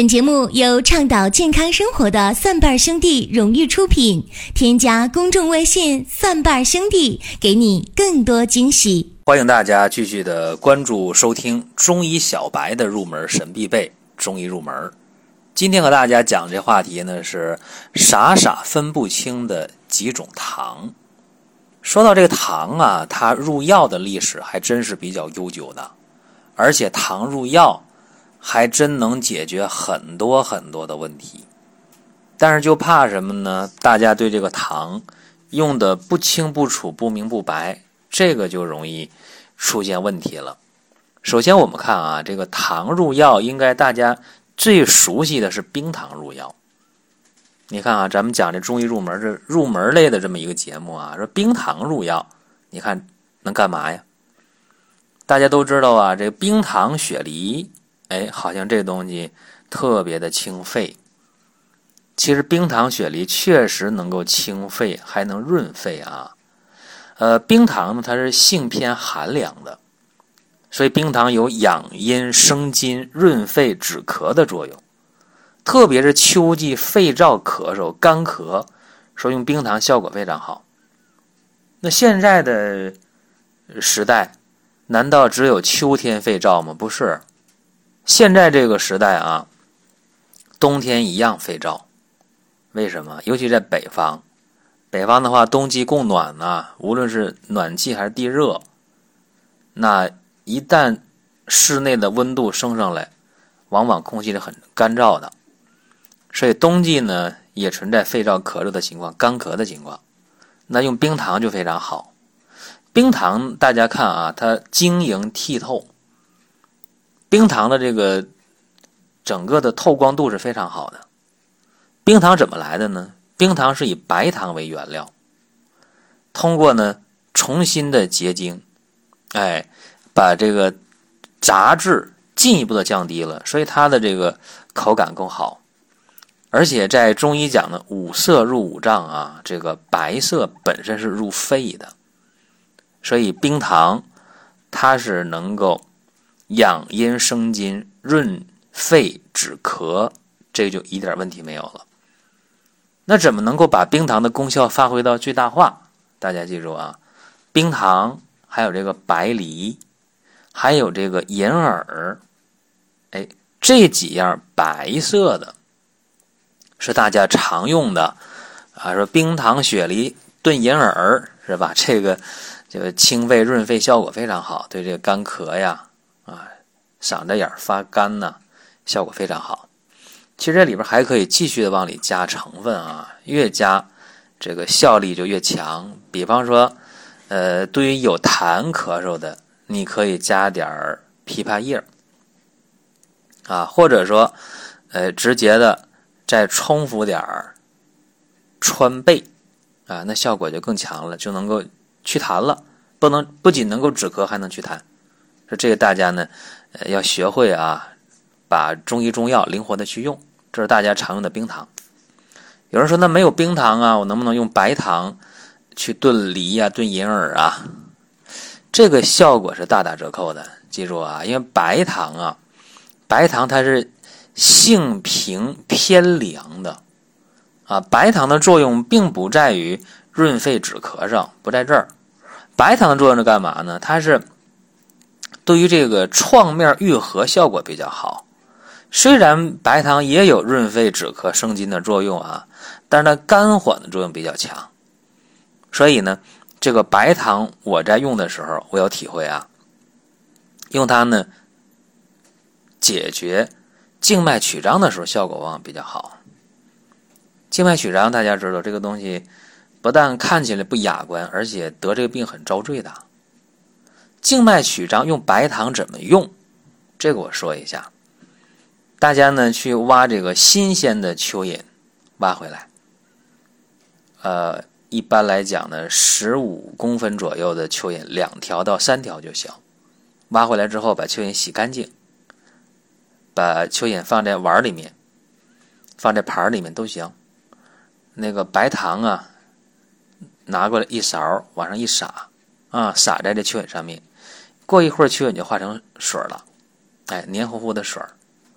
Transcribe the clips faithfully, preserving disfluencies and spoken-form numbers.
本节目由倡导健康生活的蒜瓣兄弟荣誉出品，添加公众微信蒜瓣兄弟，给你更多惊喜。 欢迎大家继续的关注收听中医小白的入门神必备中医入门。今天和大家讲这话题呢，是傻傻分不清的几种糖。说到这个糖啊，它入药的历史还真是比较悠久的，而且糖入药还真能解决很多很多的问题。但是就怕什么呢？大家对这个糖用的不清不楚、不明不白，这个就容易出现问题了。首先我们看啊，这个糖入药应该大家最熟悉的是冰糖入药。你看啊，咱们讲这中医入门，这入门类的这么一个节目啊，说冰糖入药，你看能干嘛呀？大家都知道啊，这冰糖雪梨，哎，好像这东西特别的清肺。其实冰糖雪梨确实能够清肺，还能润肺啊。呃，冰糖呢，它是性偏寒凉的，所以冰糖有养阴生津、润肺止咳的作用。特别是秋季肺燥咳嗽、干咳，说用冰糖效果非常好。那现在的时代，难道只有秋天肺燥吗？不是，现在这个时代啊，冬天一样肺燥。为什么？尤其在北方，北方的话，冬季供暖呢、啊，无论是暖气还是地热，那一旦室内的温度升上来，往往空气是很干燥的。所以冬季呢也存在肺燥咳嗽的情况、干咳的情况，那用冰糖就非常好。冰糖大家看啊，它晶莹剔透，冰糖的这个整个的透光度是非常好的。冰糖怎么来的呢？冰糖是以白糖为原料，通过呢重新的结晶，哎，把这个杂质进一步的降低了，所以它的这个口感更好。而且在中医讲的五色入五脏啊，这个白色本身是入肺的，所以冰糖它是能够养阴生津、润肺止咳，这就一点问题没有了。那怎么能够把冰糖的功效发挥到最大化？大家记住啊，冰糖还有这个白梨，还有这个银耳，哎，这几样白色的是大家常用的啊，说冰糖雪梨炖银耳是吧？这个就清肺润肺效果非常好，对这个干咳呀啊、嗓子眼发干呐，效果非常好。其实这里边还可以继续的往里加成分啊，越加这个效力就越强。比方说，呃，对于有痰咳嗽的，你可以加点枇杷叶啊，或者说，呃，直接的再冲服点川贝啊，那效果就更强了，就能够祛痰了。不能不仅能够止咳，还能祛痰。说这个大家呢，呃，要学会啊，把中医中药灵活的去用。这是大家常用的冰糖。有人说那没有冰糖啊，我能不能用白糖去炖梨啊、炖银耳啊？这个效果是大打折扣的。记住啊，因为白糖啊，白糖它是性平偏凉的啊，白糖的作用并不在于润肺止咳上，不在这儿。白糖的作用是干嘛呢？它是对于这个创面愈合效果比较好。虽然白糖也有润肺止咳生津的作用啊，但是它肝缓的作用比较强。所以呢，这个白糖我在用的时候，我有体会啊，用它呢解决静脉曲张的时候效果往往比较好。静脉曲张大家知道这个东西不但看起来不雅观，而且得这个病很遭罪的。静脉曲张用白糖怎么用？这个我说一下。大家呢去挖这个新鲜的蚯蚓，挖回来。呃，一般来讲呢，十五公分左右的蚯蚓，两条到三条就行。挖回来之后，把蚯蚓洗干净，把蚯蚓放在碗里面，放在盘里面都行。那个白糖啊，拿过来一勺，往上一撒，啊，撒在这蚯蚓上面。过一会儿，蚯蚓就化成水了，哎，黏糊糊的水。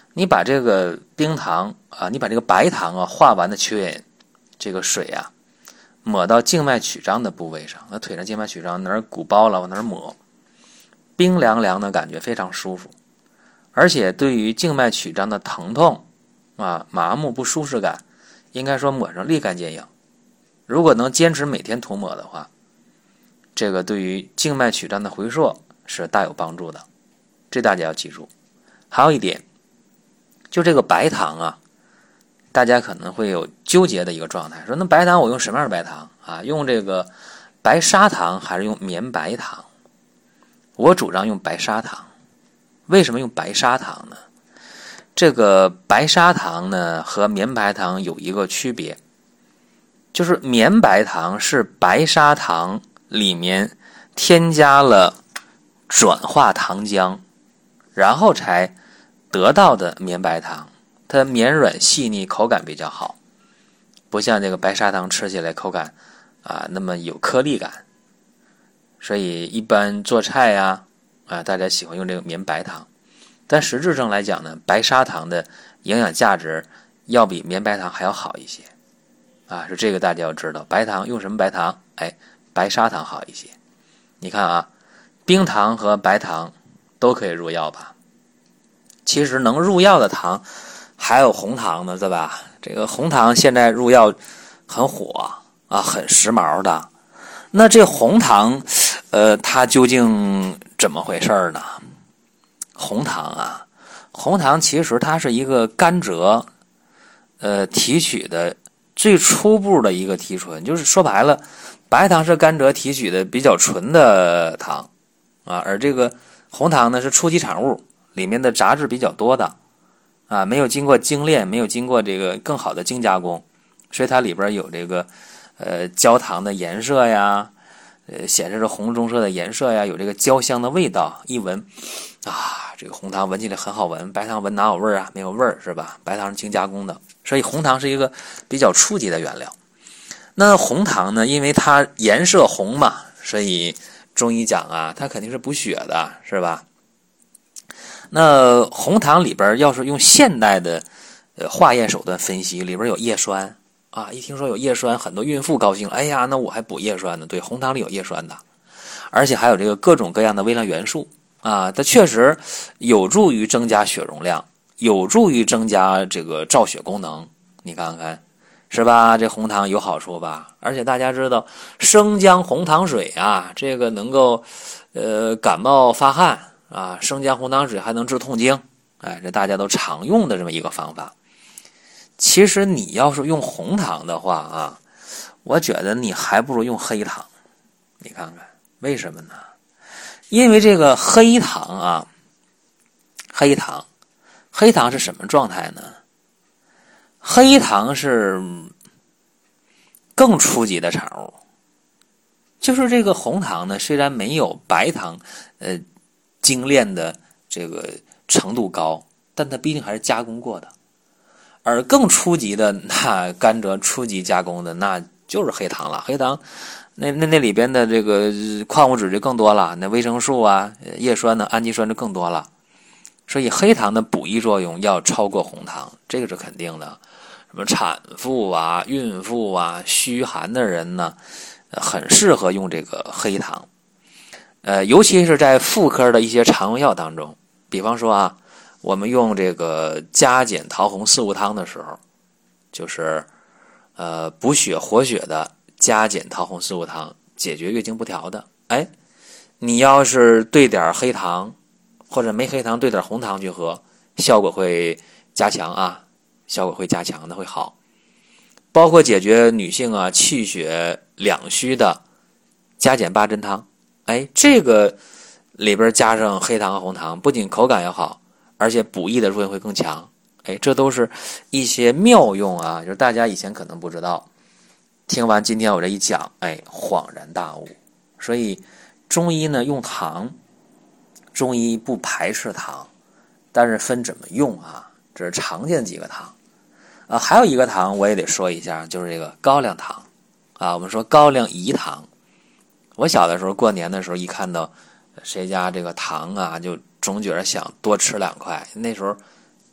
你把这个冰糖啊，你把这个白糖啊化完的缺饮这个水啊，抹到静脉曲张的部位上，那腿上静脉曲张哪儿鼓包了往哪儿抹，冰凉凉的感觉非常舒服，而且对于静脉曲张的疼痛啊、麻木不舒适感，应该说抹上立竿见影。如果能坚持每天涂抹的话，这个对于静脉曲张的回溯是大有帮助的，这大家要记住。还有一点，就这个白糖啊，大家可能会有纠结的一个状态，说那白糖我用什么样的白糖啊？用这个白砂糖还是用绵白糖？我主张用白砂糖。为什么用白砂糖呢？这个白砂糖呢和绵白糖有一个区别，就是绵白糖是白砂糖里面添加了转化糖浆，然后才得到的绵白糖，它绵软细腻，口感比较好，不像这个白砂糖吃起来口感啊那么有颗粒感，所以一般做菜呀 啊, 啊大家喜欢用这个绵白糖。但实质上来讲呢，白砂糖的营养价值要比绵白糖还要好一些啊，是这个大家要知道。白糖用什么白糖？哎，白砂糖好一些。你看啊，冰糖和白糖都可以入药吧？其实能入药的糖还有红糖呢，对吧？这个红糖现在入药很火啊，很时髦的。那这红糖，呃，它究竟怎么回事呢？红糖啊，红糖其实它是一个甘蔗，呃，提取的最初步的一个提纯，就是说白了，白糖是甘蔗提取的比较纯的糖啊，而这个红糖呢是初级产物，里面的杂质比较多的啊，没有经过精炼，没有经过这个更好的精加工，所以它里边有这个呃焦糖的颜色呀，呃显示着红棕色的颜色呀，有这个焦香的味道，一闻啊，这个红糖闻起来很好闻，白糖闻哪有味儿啊？没有味儿是吧？白糖是精加工的，所以红糖是一个比较初级的原料。那红糖呢，因为它颜色红嘛，所以中医讲啊，它肯定是补血的，是吧？那红糖里边要是用现代的呃化验手段分析，里边有叶酸啊，一听说有叶酸，很多孕妇高兴，哎呀，那我还补叶酸呢。对，红糖里有叶酸的，而且还有这个各种各样的微量元素啊，它确实有助于增加血容量，有助于增加这个造血功能。你看看，是吧？这红糖有好处吧？而且大家知道生姜红糖水啊，这个能够呃感冒发汗啊，生姜红糖水还能治痛经，哎，这大家都常用的这么一个方法。其实你要是用红糖的话啊，我觉得你还不如用黑糖。你看看为什么呢？因为这个黑糖啊，黑糖，黑糖是什么状态呢？黑糖是更初级的产物，就是这个红糖呢，虽然没有白糖呃精炼的这个程度高，但它毕竟还是加工过的。而更初级的那甘蔗初级加工的，那就是黑糖了。黑糖那那那里边的这个矿物质就更多了，那维生素啊、叶酸呢、氨基酸就更多了。所以黑糖的补益作用要超过红糖，这个是肯定的。什么产妇啊、孕妇啊、虚寒的人呢，很适合用这个黑糖。呃，尤其是在妇科的一些常用药当中，比方说啊，我们用这个加减桃红四物汤的时候，就是呃补血活血的加减桃红四物汤，解决月经不调的。哎，你要是兑点黑糖，或者没黑糖兑点红糖去喝，效果会加强啊，效果会加强的，会好。包括解决女性啊气血两虚的加减八珍汤，哎，这个里边加上黑糖和红糖，不仅口感要好，而且补益的作用会更强。哎，这都是一些妙用啊，就是大家以前可能不知道，听完今天我这一讲，哎，恍然大悟。所以中医呢用糖，中医不排斥糖，但是分怎么用啊，这是常见几个糖啊。还有一个糖我也得说一下，就是这个高粱糖啊。我们说高粱饴糖，我小的时候过年的时候，一看到谁家这个糖啊，就总觉得想多吃两块。那时候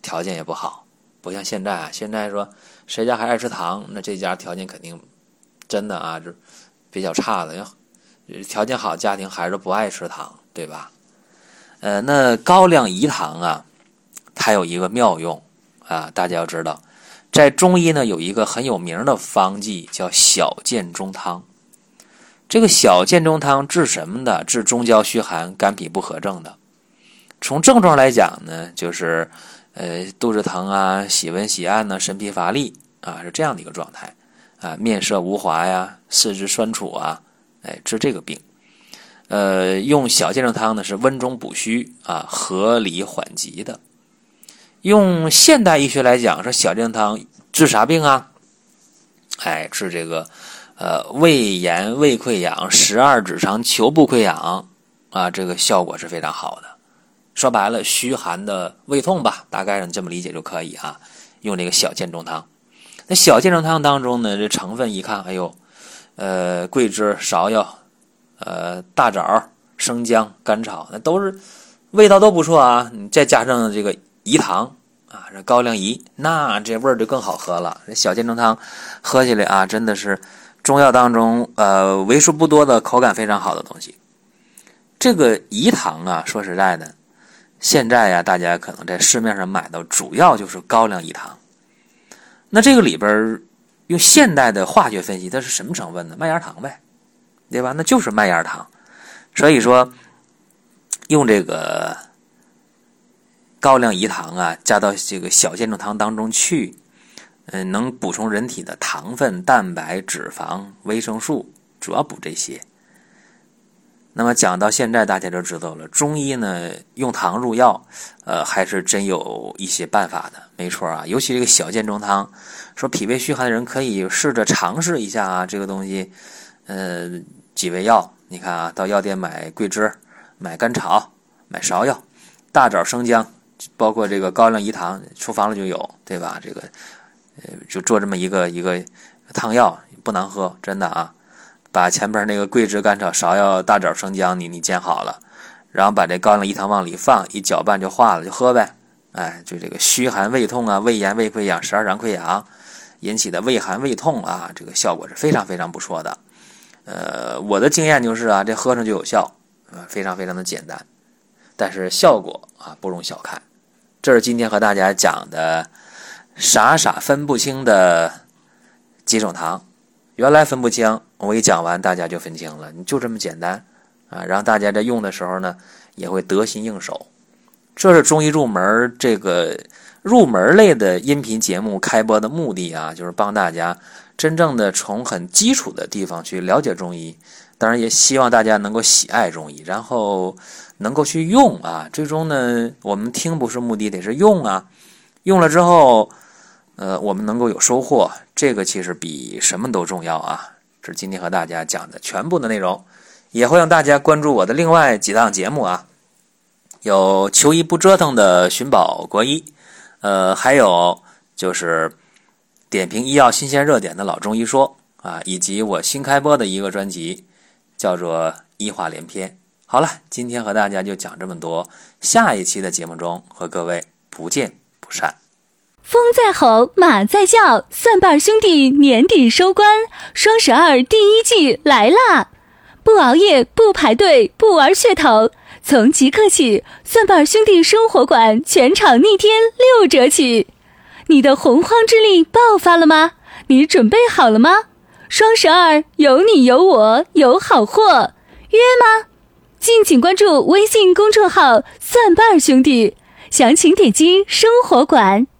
条件也不好，不像现在啊，现在说谁家还爱吃糖，那这家条件肯定真的啊，这比较差的，条件好家庭孩子不爱吃糖，对吧？呃，那高粱饴糖啊，它有一个妙用啊，大家要知道，在中医呢有一个很有名的方剂叫小建中汤。这个小建中汤治什么的？治中焦虚寒、肝脾不和症的。从症状来讲呢，就是呃肚子疼啊、喜温喜按呢、神疲乏力啊，是这样的一个状态啊，面色无华呀、四肢酸楚啊，哎，治这个病。呃，用小建中汤呢是温中补虚啊，合理缓急的。用现代医学来讲，说小建中汤治啥病啊？哎，治这个呃胃炎、胃溃疡、十二指肠球部溃疡啊，这个效果是非常好的。说白了，虚寒的胃痛吧，大概上这么理解就可以啊。用这个小建中汤，那小建中汤当中呢，这成分一看，哎呦，呃，桂枝、芍药、呃，大枣、生姜、甘草，那都是味道都不错啊。你再加上这个饴糖啊，这高粱饴，那这味儿就更好喝了。这小建中汤喝起来啊，真的是中药当中呃为数不多的口感非常好的东西。这个饴糖啊，说实在的，现在呀、啊，大家可能在市面上买到主要就是高粱饴糖。那这个里边用现代的化学分析，它是什么成分呢？麦芽糖呗，对吧？那就是麦芽糖。所以说，用这个高粱饴糖啊，加到这个小建中汤当中去，嗯、呃，能补充人体的糖分、蛋白、脂肪、维生素，主要补这些。那么讲到现在，大家就知道了，中医呢用糖入药，呃，还是真有一些办法的，没错啊。尤其这个小建中汤，说脾胃虚寒的人可以试着尝试一下啊，这个东西，呃，几味药，你看啊，到药店买桂枝、买甘草、买芍药、大枣、生姜，包括这个高粱饴糖，厨房里就有，对吧？这个，呃，就做这么一个一个汤药，不难喝，真的啊。把前边那个桂枝、甘草、芍药、大枣、生姜你你煎好了，然后把这高粱饴糖往里放，一搅拌就化了，就喝呗。哎，就这个虚寒胃痛啊、胃炎、胃溃疡、十二肠溃疡引起的胃寒胃痛啊，这个效果是非常非常不错的。呃，我的经验就是啊，这喝上就有效，啊，非常非常的简单，但是效果啊不容小看。这是今天和大家讲的傻傻分不清的几种糖。原来分不清，我一讲完大家就分清了，你就这么简单啊！让大家在用的时候呢，也会得心应手。这是中医入门这个入门类的音频节目开播的目的啊，就是帮大家真正的从很基础的地方去了解中医，当然也希望大家能够喜爱中医，然后能够去用啊。最终呢，我们听不是目的，得是用啊。用了之后，呃，我们能够有收获，这个其实比什么都重要啊！这是今天和大家讲的全部的内容，也会让大家关注我的另外几档节目啊，有求医不折腾的寻宝国医，呃，还有就是点评医药新鲜热点的老中医说啊，以及我新开播的一个专辑叫做医话连篇。好了，今天和大家就讲这么多，下一期的节目中和各位不见不散。 风在吼，马在叫，蒜瓣兄弟年底收官，双十二第一季来啦！不熬夜，不排队，不玩噱头，从即刻起，蒜瓣兄弟生活馆全场逆天六折起。你的洪荒之力爆发了吗？你准备好了吗？双十二有你有我有好货，约吗？敬请关注微信公众号蒜瓣兄弟，详情点击生活馆。